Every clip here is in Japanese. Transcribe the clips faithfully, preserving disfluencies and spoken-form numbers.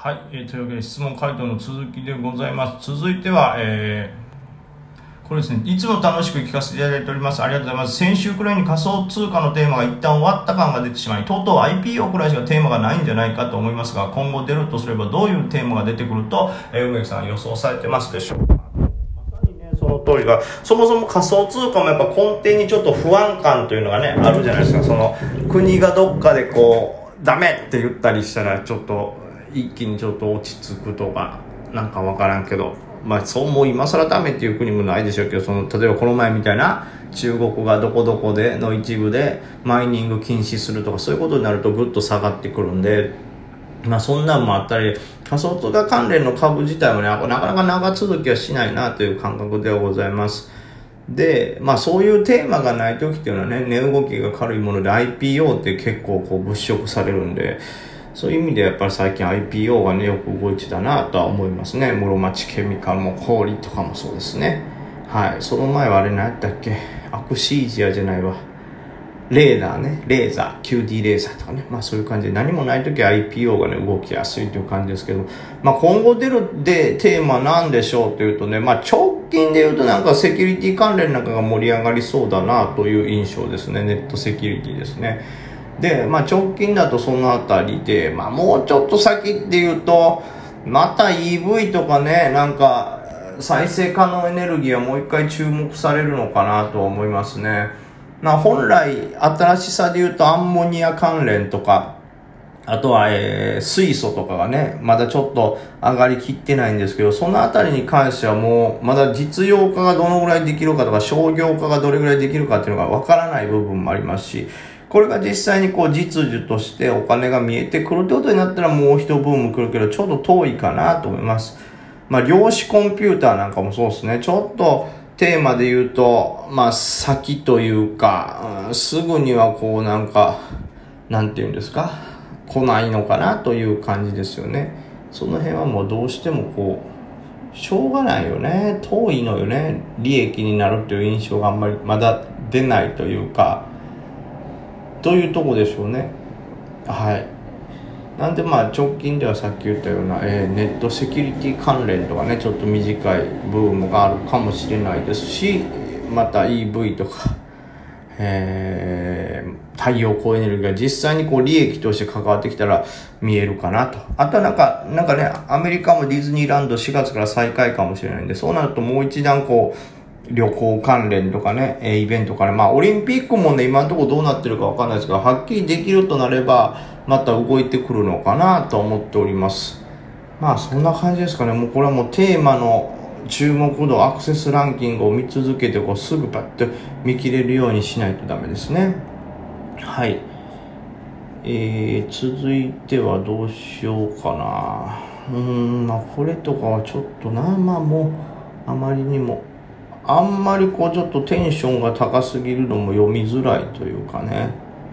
はい、えー、というわけで質問回答の続きでございます。続いては、えー、これですね、いつも楽しく聞かせていただいております。ありがとうございます。先週くらいに仮想通貨のテーマが一旦終わった感が出てしまい、とうとう アイピーオー くらいしかテーマがないんじゃないかと思いますが、今後出るとすればどういうテーマが出てくると、えー、梅木さん予想されてますでしょうか。その通りが、そもそも仮想通貨もやっぱ根底にちょっと不安感というのがね、あるじゃないですか。その国がどっかでこう、ダメって言ったりしたらちょっと、一気にちょっと落ち着くとかなんか分からんけど、まあそうもう今更ダメっていう国もないでしょうけど、その例えばこの前みたいな中国がどこどこでの一部でマイニング禁止するとかそういうことになるとぐっと下がってくるんで、まあそんなんもあったり、仮想通貨関連の株自体もねなかなか長続きはしないなという感覚ではございます。で、まあそういうテーマがない時っていうのはね、値動きが軽いもので アイピーオー って結構こう物色されるんで、そういう意味でやっぱり最近 アイピーオー がねよく動いてたなとは思いますね。室町ケミカルも氷とかもそうですね。はい。その前はあれ何やったっけ、アクシージアじゃないわ、レーダーね、レーザー キューディー レーザーとかね、まあそういう感じで何もない時は アイピーオー がね動きやすいという感じですけど、まあ今後出るでテーマなんでしょうというとね、まあ直近で言うとなんかセキュリティ関連なんかが盛り上がりそうだなという印象ですね。ネットセキュリティですね。で、まあ直近だとそのあたりで、まあもうちょっと先っていうと、また イーブイ とかね、なんか再生可能エネルギーはもう一回注目されるのかなとは思いますね。まあ本来新しさで言うとアンモニア関連とか、あとは、えー、水素とかがね、まだちょっと上がりきってないんですけど、そのあたりに関してはもう、まだ実用化がどのぐらいできるかとか、商業化がどれぐらいできるかっていうのがわからない部分もありますし、これが実際にこう実需としてお金が見えてくるってことになったらもう一ブーム来るけど、ちょっと遠いかなと思います。まあ、量子コンピューターなんかもそうですね。ちょっとテーマで言うと、まあ、先というか、うん、すぐにはこうなんか、なんていうんですか、来ないのかなという感じですよね。その辺はもうどうしてもこう、しょうがないよね。遠いのよね。利益になるっていう印象があんまりまだ出ないというか、というとこでしょうね。はい。なんでまあ直近ではさっき言ったような、えー、ネットセキュリティ関連とかね、ちょっと短いブームがあるかもしれないですし、また イーブイ とか、えー、太陽光エネルギーが実際にこう利益として関わってきたら見えるかなと。あとはなんか、なんかね、アメリカもディズニーランドしがつから再開かもしれないんで、そうなるともう一段こう、旅行関連とかね、イベントから、まあオリンピックもね、今のところどうなってるかわかんないですけど、はっきりできるとなれば、また動いてくるのかなと思っております。まあそんな感じですかね。もうこれはもうテーマの注目度、アクセスランキングを見続けて、こうすぐパッと見切れるようにしないとダメですね。はい。えー、続いてはどうしようかな。うーん、まあこれとかはちょっとな、まあもう、あまりにも、あんまりこうちょっとテンションが高すぎるのも読みづらいというかね、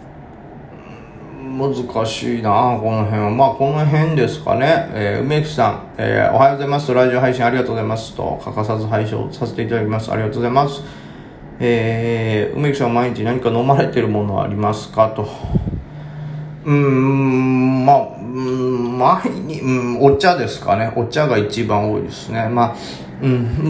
難しいなこの辺は。まあこの辺ですかね。えー、梅木さん、えー、おはようございます。ラジオ配信ありがとうございますと欠かさず配信させていただきます。ありがとうございます。えー、梅木さんは毎日何か飲まれてるものはありますかと。うーん、まあ、うん、毎日、うん、お茶ですかね。お茶が一番多いですね。まあ、うん、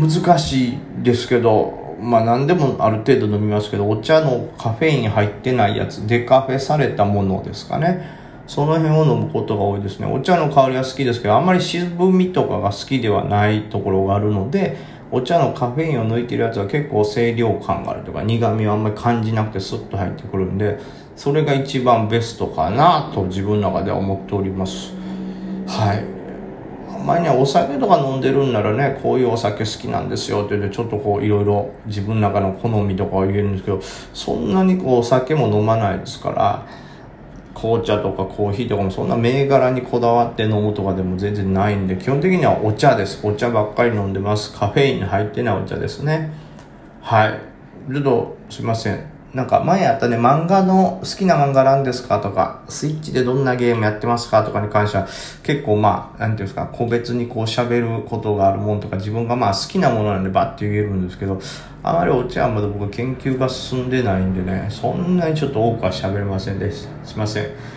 難しいですけど、まあ何でもある程度飲みますけど、お茶のカフェイン入ってないやつ、デカフェされたものですかね。その辺を飲むことが多いですね。お茶の香りは好きですけど、あんまり渋みとかが好きではないところがあるので、お茶のカフェインを抜いてるやつは結構清涼感があるとか、苦味はあんまり感じなくてスッと入ってくるんで、それが一番ベストかなと自分の中では思っております。はい。前にはお酒とか飲んでるんならね、こういうお酒好きなんですよって言って、ちょっとこういろいろ自分の中の好みとかを言えるんですけど、そんなにこうお酒も飲まないですから、紅茶とかコーヒーとかもそんな銘柄にこだわって飲むとかでも全然ないんで、基本的にはお茶です。お茶ばっかり飲んでます。カフェイン入ってないお茶ですね。はい。ちょっとすいません。なんか前あったね、漫画の好きな漫画なんですかとか、スイッチでどんなゲームやってますかとかに関しては、結構まあ、なんていうんですか、個別にこう喋ることがあるもんとか、自分がまあ好きなものなんでバッて言えるんですけど、あまりお茶はまだ僕研究が進んでないんでね、そんなにちょっと多くは喋れませんでした。すいません。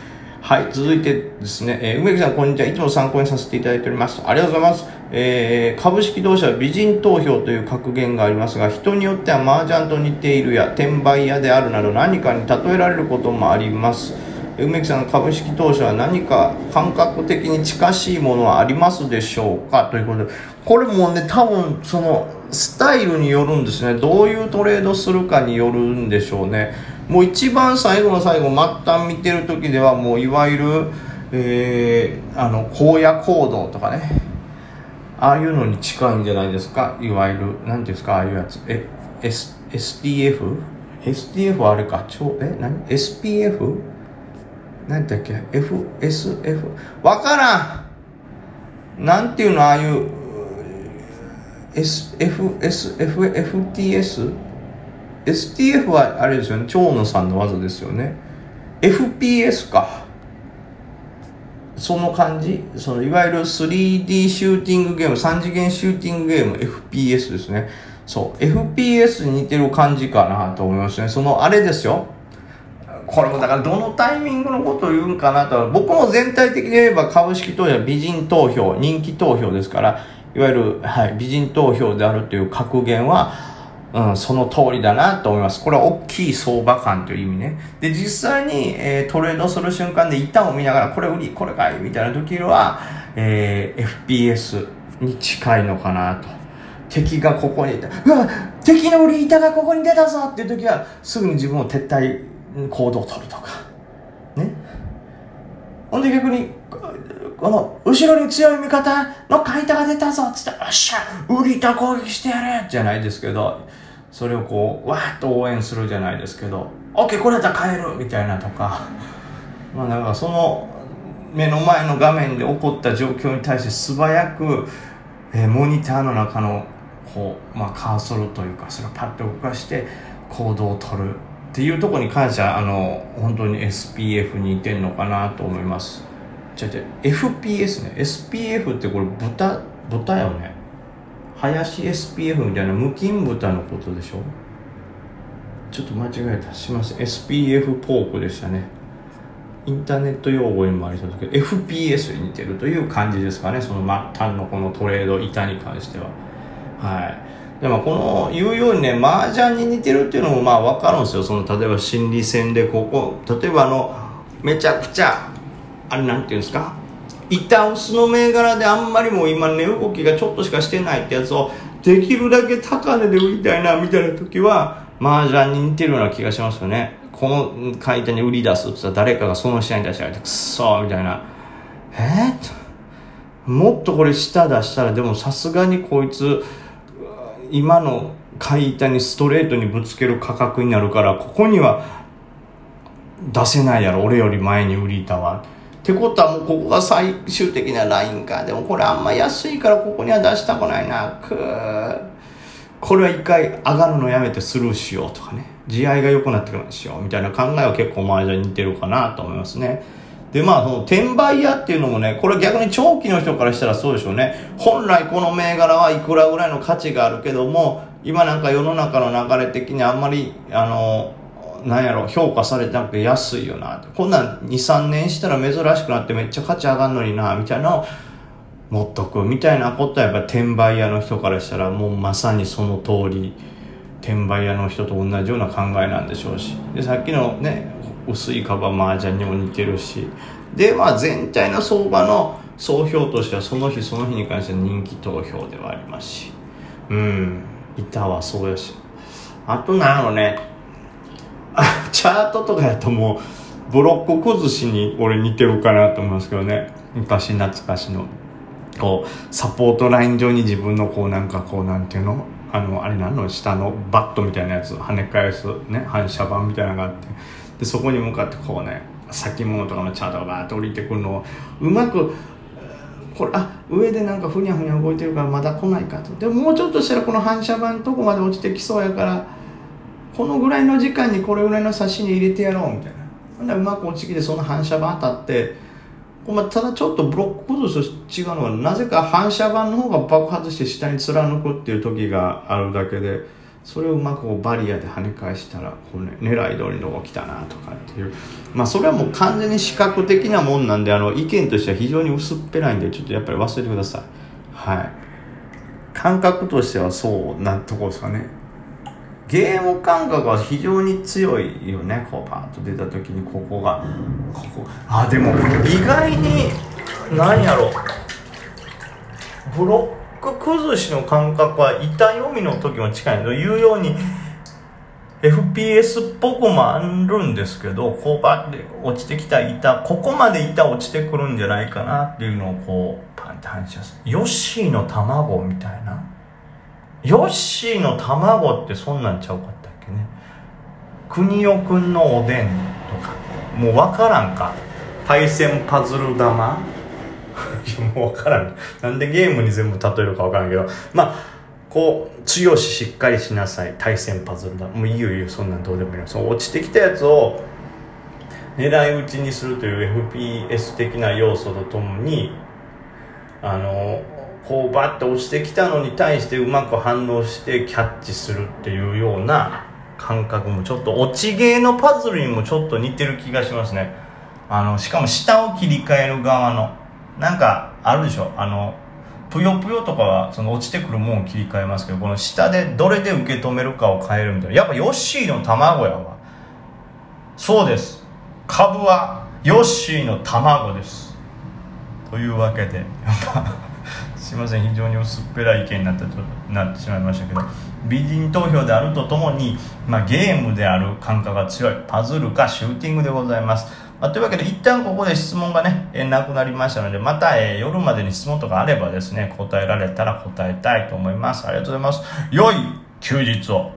はい、続いてですね、えー、梅木さんこんにちは。いつも参考にさせていただいております。ありがとうございます。えー、株式同社は美人投票という格言がありますが、人によっては麻雀と似ているや転売屋であるなど何かに例えられることもあります。梅木さんの株式投資は何か感覚的に近しいものはありますでしょうか、ということで、これもね、多分そのスタイルによるんですね。どういうトレードするかによるんでしょうね。もう一番最後の最後末端見てる時ではもういわゆる、えー、あの荒野行動とかね、ああいうのに近いんじゃないですか。いわゆるなんていうんですか、ああいうやつ、え S STF?STF はあれか、超え何 エスピーエフ なんだっけ F S F わからん、なんていうの、ああいう S F S F F T Sエスティーエフ はあれですよね、蝶野さんの技ですよね。 エフピーエス か、その感じ、そのいわゆる スリーディー シューティングゲーム、さん次元シューティングゲーム エフピーエス ですね。そう エフピーエス に似てる感じかなと思いますね。そのあれですよ、これもだからどのタイミングのことを言うんかなと。僕も全体的に言えば株式投資は美人投票、人気投票ですから、いわゆる、はい、美人投票であるという格言はうん、その通りだなと思います。これは大きい相場感という意味ね。で、実際に、えー、トレードする瞬間で板を見ながら、これ売り、これ買いみたいな時は、えー、エフピーエス に近いのかなと。敵がここにいた。うわ、敵の売り板がここに出たぞっていう時は、すぐに自分を撤退行動を取るとか。ね。ほんで逆に、この、後ろに強い味方の買い板が出たぞっつって、よっしゃ、売り板攻撃してやれじゃないですけど、それをこうわーっと応援するじゃないですけど、オッケーこれだったら買えるみたいなとか、まあなんかその目の前の画面で起こった状況に対して素早く、えー、モニターの中のこう、まあ、カーソルというかそれをパッと動かして行動を取るっていうところに関してはあの本当に エスピーエフ に似てるのかなと思います。じゃあ エフピーエス ね、 エスピーエフ ってこれ豚豚よね。林 エスピーエフ みたいな無菌豚のことでしょ。ちょっと間違えた、すいません。 エスピーエフ ポークでしたね。インターネット用語にもありそうですけど エフピーエス に似てるという感じですかね。その末端のこのトレード板に関しては。はい。でもこの言うようにね、麻雀に似てるっていうのもまあ分かるんですよ。その例えば心理戦でここ、例えばあのめちゃくちゃあれなんていうんですか、板薄の銘柄であんまりもう今値動きがちょっとしかしてないってやつをできるだけ高値で売りたいなみたいな時は麻雀に似てるような気がしますよね。この買い手に売り出すって言ったら誰かがその試合に出してあげてくっそーみたいな、えー、もっとこれ下出したらでもさすがにこいつ今の買い手にストレートにぶつける価格になるからここには出せないやろ俺より前に売りたはってことはもうここが最終的なラインか。でもこれあんま安いからここには出したくないな。くーこれは一回上がるのやめてスルーしようとかね、地合いが良くなってからにしようみたいな考えは結構麻雀に似てるかなと思いますね。でまあその転売屋っていうのもね、これ逆に長期の人からしたらそうでしょうね。本来この銘柄はいくらぐらいの価値があるけども今なんか世の中の流れ的にあんまりあのなんやろ評価されてなくて安いよな、こんなん にさんねんしたら珍しくなってめっちゃ価値上がるのになみたいなのを持っとくみたいなことはやっぱ転売屋の人からしたらもうまさにその通り転売屋の人と同じような考えなんでしょうし、でさっきのね薄いカバー麻雀にも似てるし、でまあ全体の相場の総評としてはその日その日に関しては人気投票ではありますし、うん板はそうやし、あとなんやろね、チャートとかやともうブロック崩しに俺似てるかなと思いますけどね。昔懐かしのこうサポートライン上に自分のこうなんかこうなんていうのあのあれなんの下のバットみたいなやつ跳ね返すね反射板みたいなのがあって、でそこに向かってこうね先物とかのチャートがバーッと降りてくるのをうまくこれあ上でなんかふにゃふにゃ動いてるからまだ来ないかと、でももうちょっとしたらこの反射板のとこまで落ちてきそうやからこのぐらいの時間にこれぐらいの差しに入れてやろうみたいな、ほんでうまく落ちてきてその反射板当たってただちょっとブロック崩すと違うのはなぜか反射板の方が爆発して下に貫くっていう時があるだけで、 それをうまくこうバリアで跳ね返したらこう、ね、狙い通りのとこ来たなとかっていう、まあそれはもう完全に視覚的なもんなんで、あの意見としては非常に薄っぺらいんで、ちょっとやっぱり忘れてください。はい、感覚としてはそうなとこですかね。ゲーム感覚は非常に強いよね。こうパーッと出た時にここがここあでも意外に何やろブロック崩しの感覚は板読みの時も近いというように エフピーエス っぽくもあるんですけど、こうバッて落ちてきた板、ここまで板落ちてくるんじゃないかなっていうのをこうパンって反射する。ヨッシーの卵みたいな。ヨッシーの卵ってそんなんちゃうかったっけね。国尾くんのおでんとかもう分からんか。対戦パズル玉いやもう分からん。なんでゲームに全部例えるか分からんけど、まあこう強ししっかりしなさい対戦パズル玉、もういいよいいよ、そんなんどうでもいいの。その落ちてきたやつを狙い撃ちにするという エフピーエス 的な要素とともに、あのこうバッと落ちてきたのに対してうまく反応してキャッチするっていうような感覚もちょっと落ちゲーのパズルにもちょっと似てる気がしますね。あのしかも下を切り替える側のなんかあるでしょ。あのぷよぷよとかはその落ちてくるもんを切り替えますけど、この下でどれで受け止めるかを変えるみたいな。やっぱヨッシーの卵やわ。そうです、株はヨッシーの卵です。というわけですいません、非常に薄っぺらい意見になってとなってしまいましたけど、美人投票であるとともに、まあ、ゲームである感覚が強いパズルかシューティングでございます。まあ、というわけで一旦ここで質問がね、えー、なくなりましたので、また、えー、夜までに質問とかあればですね、答えられたら答えたいと思います。ありがとうございます。良い休日を。